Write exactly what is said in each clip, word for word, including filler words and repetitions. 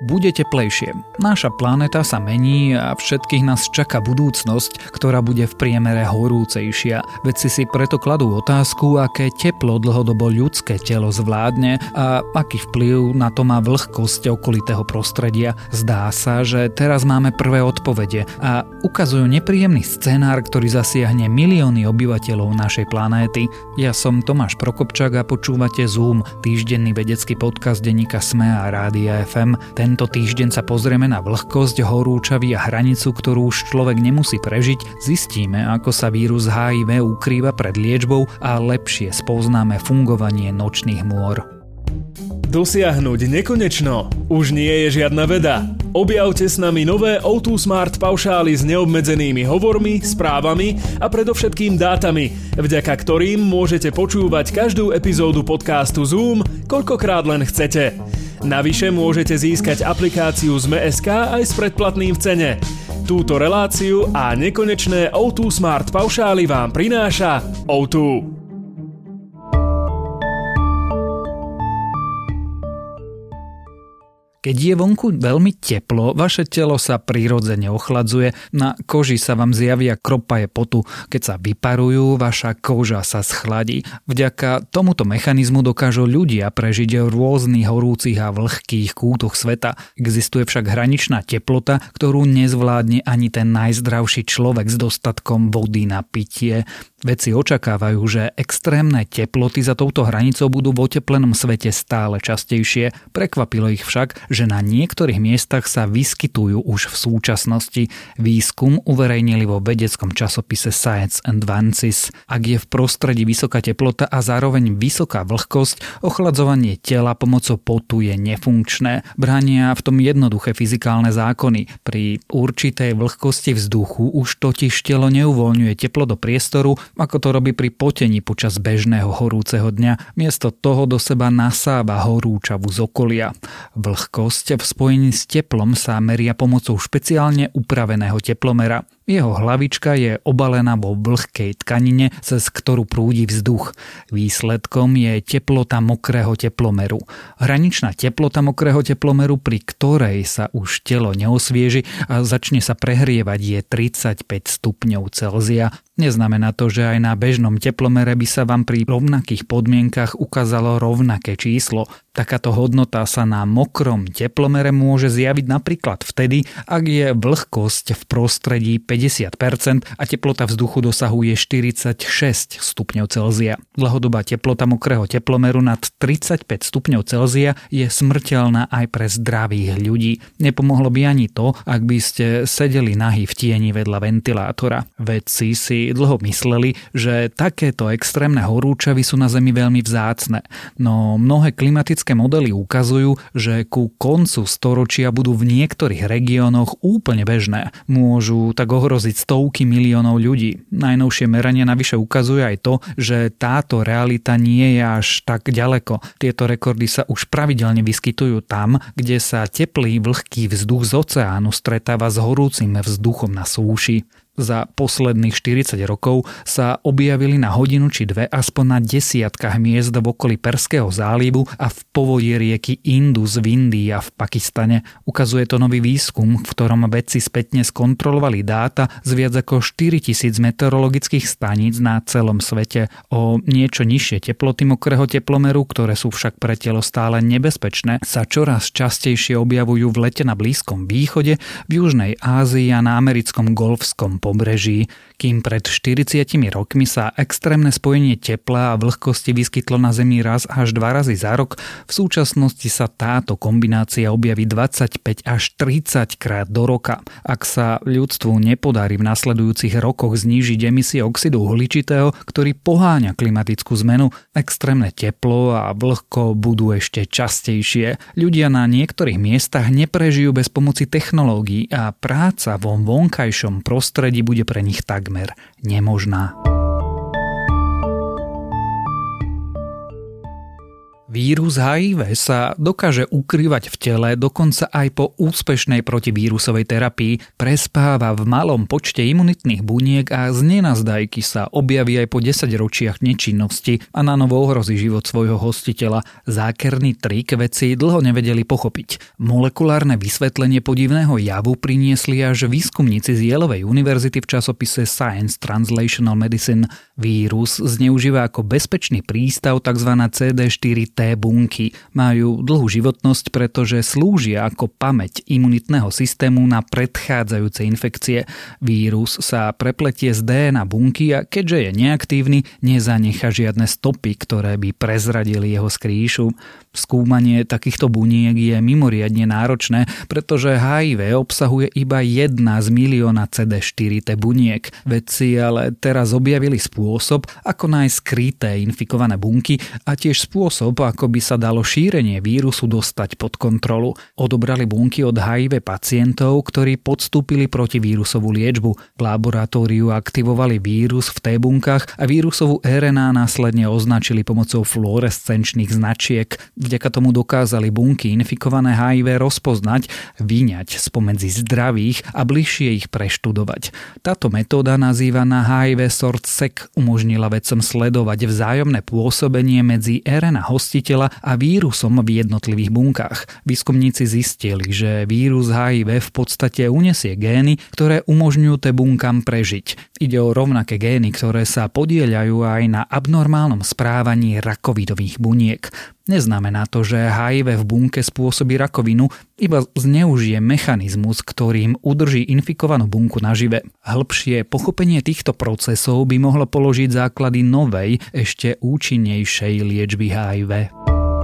Bude teplejšie. Naša planéta sa mení a všetkých nás čaká budúcnosť, ktorá bude v priemere horúcejšia. Vedci si preto kladú otázku, aké teplo dlhodobo ľudské telo zvládne a aký vplyv na to má vlhkosť okolitého prostredia. Zdá sa, že teraz máme prvé odpovede a ukazujú nepríjemný scenár, ktorý zasiahne milióny obyvateľov našej planéty. Ja som Tomáš Prokopčák a počúvate Zoom, týždenný vedecký podcast denníka SME a Rádia ef em. Tento týždeň sa pozrieme na vlhkosť, horúčavy a hranicu, ktorú už človek nemusí prežiť. Zistíme, ako sa vírus há í vé ukrýva pred liečbou a lepšie spoznáme fungovanie nočných môr. Dosiahnuť nekonečno už nie je žiadna veda. Objavte s nami nové ó dva Smart paušály s neobmedzenými hovormi, správami a predovšetkým dátami, vďaka ktorým môžete počúvať každú epizódu podcastu Zoom, koľkokrát len chcete. Navyše môžete získať aplikáciu zet em e bodka es ká aj s predplatným v cene. Túto reláciu a nekonečné ó dva Smart paušály vám prináša ó dva. Keď je vonku veľmi teplo, vaše telo sa prirodzene ochladzuje, na koži sa vám zjavia kropaje potu. Keď sa vyparujú, vaša koža sa schladí. Vďaka tomuto mechanizmu dokážu ľudia prežiť v rôznych horúcich a vlhkých kútoch sveta. Existuje však hraničná teplota, ktorú nezvládne ani ten najzdravší človek s dostatkom vody na pitie. Vedci očakávajú, že extrémne teploty za touto hranicou budú v oteplenom svete stále častejšie. Prekvapilo ich však, že na niektorých miestach sa vyskytujú už v súčasnosti. Výskum uverejnili vo vedeckom časopise Science Advances. Ak je v prostredí vysoká teplota a zároveň vysoká vlhkosť, ochladzovanie tela pomocou potu je nefunkčné. Bránia v tom jednoduché fyzikálne zákony. Pri určitej vlhkosti vzduchu už totiž telo neuvoľňuje teplo do priestoru, ako to robí pri potení počas bežného horúceho dňa. Miesto toho do seba nasáva horúčavu z okolia. Vlhkosť v spojení s teplom sa meria pomocou špeciálne upraveného teplomera. Jeho hlavička je obalená vo vlhkej tkanine, cez ktorú prúdi vzduch. Výsledkom je teplota mokrého teplomeru. Hraničná teplota mokrého teplomeru, pri ktorej sa už telo neosvieži a začne sa prehrievať, je tridsaťpäť stupňov Celzia. Neznamená to, že aj na bežnom teplomere by sa vám pri rovnakých podmienkach ukázalo rovnaké číslo. Takáto hodnota sa na mokrom teplomere môže zjaviť napríklad vtedy, ak je vlhkosť v prostredí päťdesiat percent a teplota vzduchu dosahuje štyridsaťšesť stupňov Celzia. Dlhodobá teplota mokrého teplomeru nad tridsaťpäť stupňov Celzia je smrteľná aj pre zdravých ľudí. Nepomohlo by ani to, ak by ste sedeli nahý v tieni vedľa ventilátora. Vedci si dlho mysleli, že takéto extrémne horúčavy sú na Zemi veľmi vzácne, no mnohé klimatické modely ukazujú, že ku koncu storočia budú v niektorých regiónoch úplne bežné. Môžu tak ohroziť stovky miliónov ľudí. Najnovšie merania navyše ukazuje aj to, že táto realita nie je až tak ďaleko. Tieto rekordy sa už pravidelne vyskytujú tam, kde sa teplý vlhký vzduch z oceánu stretáva s horúcim vzduchom na súši. Za posledných štyridsať rokov sa objavili na hodinu či dve aspoň na desiatkách miest v okolí Perského zálivu a v povodí rieky Indus v Indii a v Pakistane. Ukazuje to nový výskum, v ktorom vedci spätne skontrolovali dáta z viac ako štyritisíc meteorologických staníc na celom svete. O niečo nižšie teploty mokrého teplomeru, ktoré sú však pre telo stále nebezpečné, sa čoraz častejšie objavujú v lete na Blízkom východe, v Južnej Ázii a na americkom golfskom pobreží. Kým pred štyridsiatimi rokmi sa extrémne spojenie tepla a vlhkosti vyskytlo na Zemi raz až dva razy za rok, v súčasnosti sa táto kombinácia objaví dvadsaťpäť až tridsať krát do roka. Ak sa ľudstvu nepodarí v nasledujúcich rokoch znížiť emisie oxidu uhličitého, ktorý poháňa klimatickú zmenu, extrémne teplo a vlhko budú ešte častejšie. Ľudia na niektorých miestach neprežijú bez pomoci technológií a práca vo vonkajšom prostredí bude pre nich takmer nemožná. Vírus há í vé sa dokáže ukrývať v tele dokonca aj po úspešnej protivírusovej terapii, prespáva v malom počte imunitných buniek a z nenazdajky sa objaví aj po desaťročiach nečinnosti a na novo ohrozí život svojho hostiteľa. Zákerný trik vedci dlho nevedeli pochopiť. Molekulárne vysvetlenie podivného javu priniesli až výskumníci z Yaleovej univerzity v časopise Science Translational Medicine. Vírus zneužíva ako bezpečný prístav tzv. cé dé štyri té bunky. Majú dlhú životnosť, pretože slúžia ako pamäť imunitného systému na predchádzajúce infekcie. Vírus sa prepletie z dé en á bunky a keďže je neaktívny, nezanecha žiadne stopy, ktoré by prezradili jeho skrýšu. Skúmanie takýchto buniek je mimoriadne náročné, pretože há í vé obsahuje iba jedna z milióna cé dé štyri té buniek. Vedci ale teraz objavili spôsob, ako nájsť skryté infikované bunky a tiež spôsob, ako by sa dalo šírenie vírusu dostať pod kontrolu. Odobrali bunky od há í vé pacientov, ktorí podstúpili protivírusovú liečbu. V laboratóriu aktivovali vírus v T-bunkách a vírusovú er en á následne označili pomocou fluorescenčných značiek. Vďaka tomu dokázali bunky infikované há í vé rozpoznať, vyňať spomedzi zdravých a bližšie ich preštudovať. Táto metóda nazývaná há í vé SORT-seq umožnila vedcom sledovať vzájomné pôsobenie medzi er en á hostiteľa a vírusom v jednotlivých bunkách. Výskumníci zistili, že vírus há í vé v podstate unesie gény, ktoré umožňujú té bunkám prežiť. Ide o rovnaké gény, ktoré sa podieľajú aj na abnormálnom správaní rakovidových buniek. Neznamená to, že há í vé v bunke spôsobí rakovinu, iba zneužije mechanizmus, ktorým udrží infikovanú bunku nažive. Hĺbšie pochopenie týchto procesov by mohlo položiť základy novej, ešte účinnejšej liečby há í vé.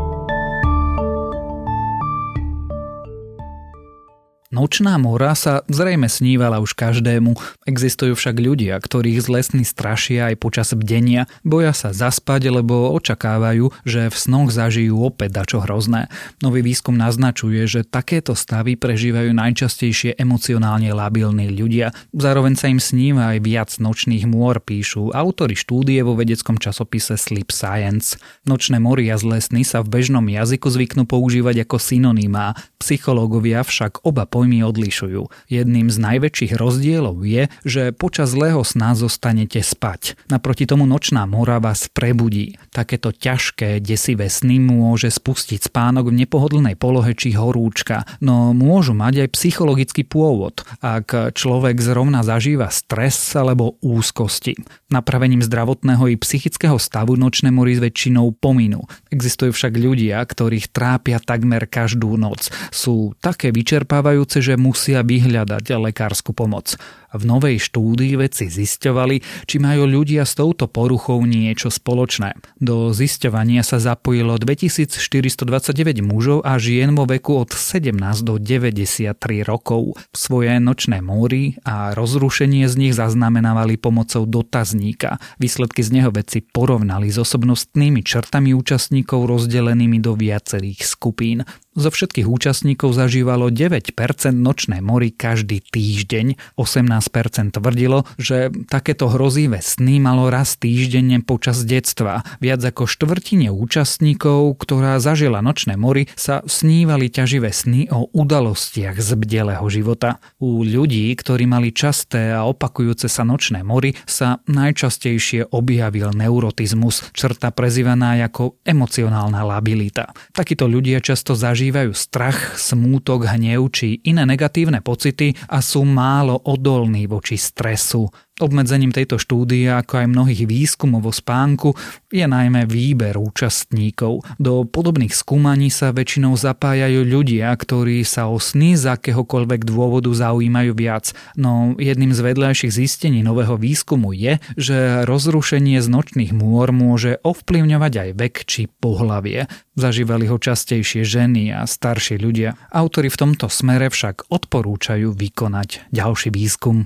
Nočná mora sa zrejme snívala už každému. Existujú však ľudia, ktorých z lesní strašia aj počas bdenia, boja sa zaspať, lebo očakávajú, že v snoch zažijú opäť dačo hrozné. Nový výskum naznačuje, že takéto stavy prežívajú najčastejšie emocionálne labilní ľudia. Zároveň sa im sníva aj viac nočných môr, píšu autori štúdie vo vedeckom časopise Sleep Science. Nočné moria z lesní sa v bežnom jazyku zvyknú používať ako synonymá. Psychológovia však oba pojmy odlišujú. Jedným z najväčších rozdielov je, že počas zlého sna zostanete spať. Naproti tomu nočná mora vás prebudí. Takéto ťažké, desivé sny môže spustiť spánok v nepohodlnej polohe či horúčka, no môžu mať aj psychologický pôvod, ak človek zrovna zažíva stres alebo úzkosti. Napravením zdravotného i psychického stavu nočné mory väčšinou pominú. Existujú však ľudia, ktorých trápia takmer každú noc. Sú také vyčerpávajúce, že musia vyhľadať lekársku pomoc. V novej štúdii vedci zisťovali, či majú ľudia s touto poruchou niečo spoločné. Do zisťovania sa zapojilo dvetisícštyristodvadsaťdeväť mužov a žien vo veku od sedemnásť do deväťdesiattri rokov. Svoje nočné móry a rozrušenie z nich zaznamenávali pomocou dotazníka. Výsledky z neho vedci porovnali s osobnostnými črtami účastníkov rozdelenými do viacerých skupín. Zo všetkých účastníkov zažívalo deväť percent nočné mory každý týždeň. osemnásť percent tvrdilo, že takéto hrozivé sny malo raz týždenne počas detstva. Viac ako štvrtine účastníkov, ktorá zažila nočné mory, sa snívali ťaživé sny o udalostiach z bdelého života. U ľudí, ktorí mali časté a opakujúce sa nočné mory, sa najčastejšie objavil neurotizmus, črta prezývaná ako emocionálna labilita. Takíto ľudia často zažívajú strach, smútok, hnev či iné negatívne pocity a sú málo odolní voči stresu. Obmedzením tejto štúdie, ako aj mnohých výskumov o spánku, je najmä výber účastníkov. Do podobných skúmaní sa väčšinou zapájajú ľudia, ktorí sa o sny z akéhokoľvek dôvodu zaujímajú viac. No jedným z vedľajších zistení nového výskumu je, že rozrušenie z nočných môr môže ovplyvňovať aj vek či pohlavie. Zažívali ho častejšie ženy a starší ľudia. Autori v tomto smere však odporúčajú vykonať ďalší výskum.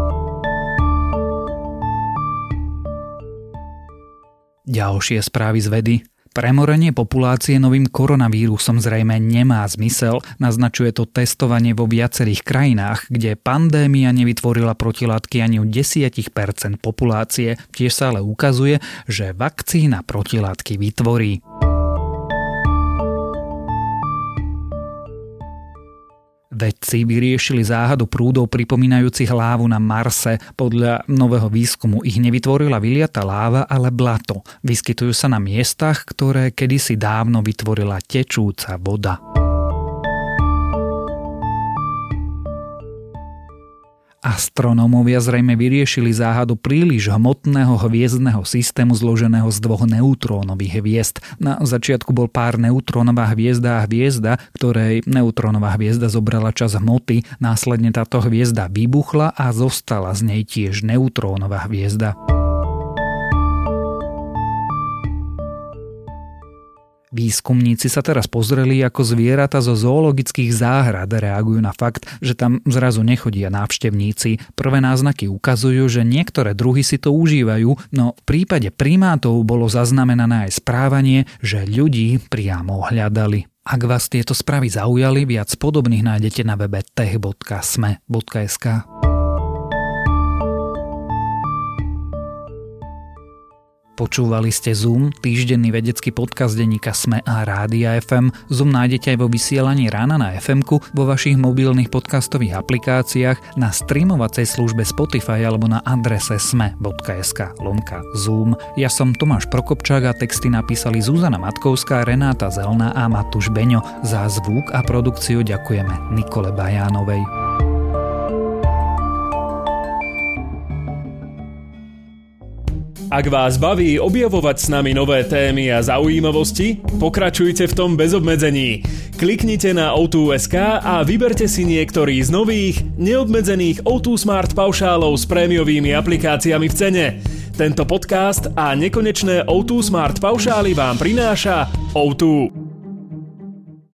Ďalšie správy z vedy. Premorenie populácie novým koronavírusom zrejme nemá zmysel, naznačuje to testovanie vo viacerých krajinách, kde pandémia nevytvorila protilátky ani u desať percent populácie. Tiež sa ale ukazuje, že vakcína protilátky vytvorí. Vedci vyriešili záhadu prúdov pripomínajúcich lávu na Marse. Podľa nového výskumu ich nevytvorila vyliata láva, ale blato. Vyskytujú sa na miestach, ktoré kedysi dávno vytvorila tečúca voda. Astronómovia zrejme vyriešili záhadu príliš hmotného hviezdneho systému zloženého z dvoch neutrónových hviezd. Na začiatku bol pár neutrónová hviezda a hviezda, ktorej neutrónová hviezda zobrala časť hmoty, následne táto hviezda vybuchla a zostala z nej tiež neutrónová hviezda. Výskumníci sa teraz pozreli, ako zvieratá zo zoologických záhrad reagujú na fakt, že tam zrazu nechodia návštevníci. Prvé náznaky ukazujú, že niektoré druhy si to užívajú, no v prípade primátov bolo zaznamenané aj správanie, že ľudí priamo hľadali. Ak vás tieto správy zaujali, viac podobných nájdete na webe tech bodka sme bodka es ká. Počúvali ste Zoom, týždenný vedecký podcast denníka SME a Rádia ef em. Zoom nájdete aj vo vysielaní rána na ef emku, vo vašich mobilných podcastových aplikáciách, na streamovacej službe Spotify alebo na adrese sme bodka es ká lomka Zoom. Ja som Tomáš Prokopčák a texty napísali Zuzana Matkovská, Renáta Zelná a Matúš Beňo. Za zvuk a produkciu ďakujeme Nikole Bajánovej. Ak vás baví objavovať s nami nové témy a zaujímavosti, pokračujte v tom bez obmedzení. Kliknite na ó dva bodka es ká a vyberte si niektorý z nových, neobmedzených ó dva Smart paušálov s prémiovými aplikáciami v cene. Tento podcast a nekonečné ó dva Smart paušály vám prináša ó dva.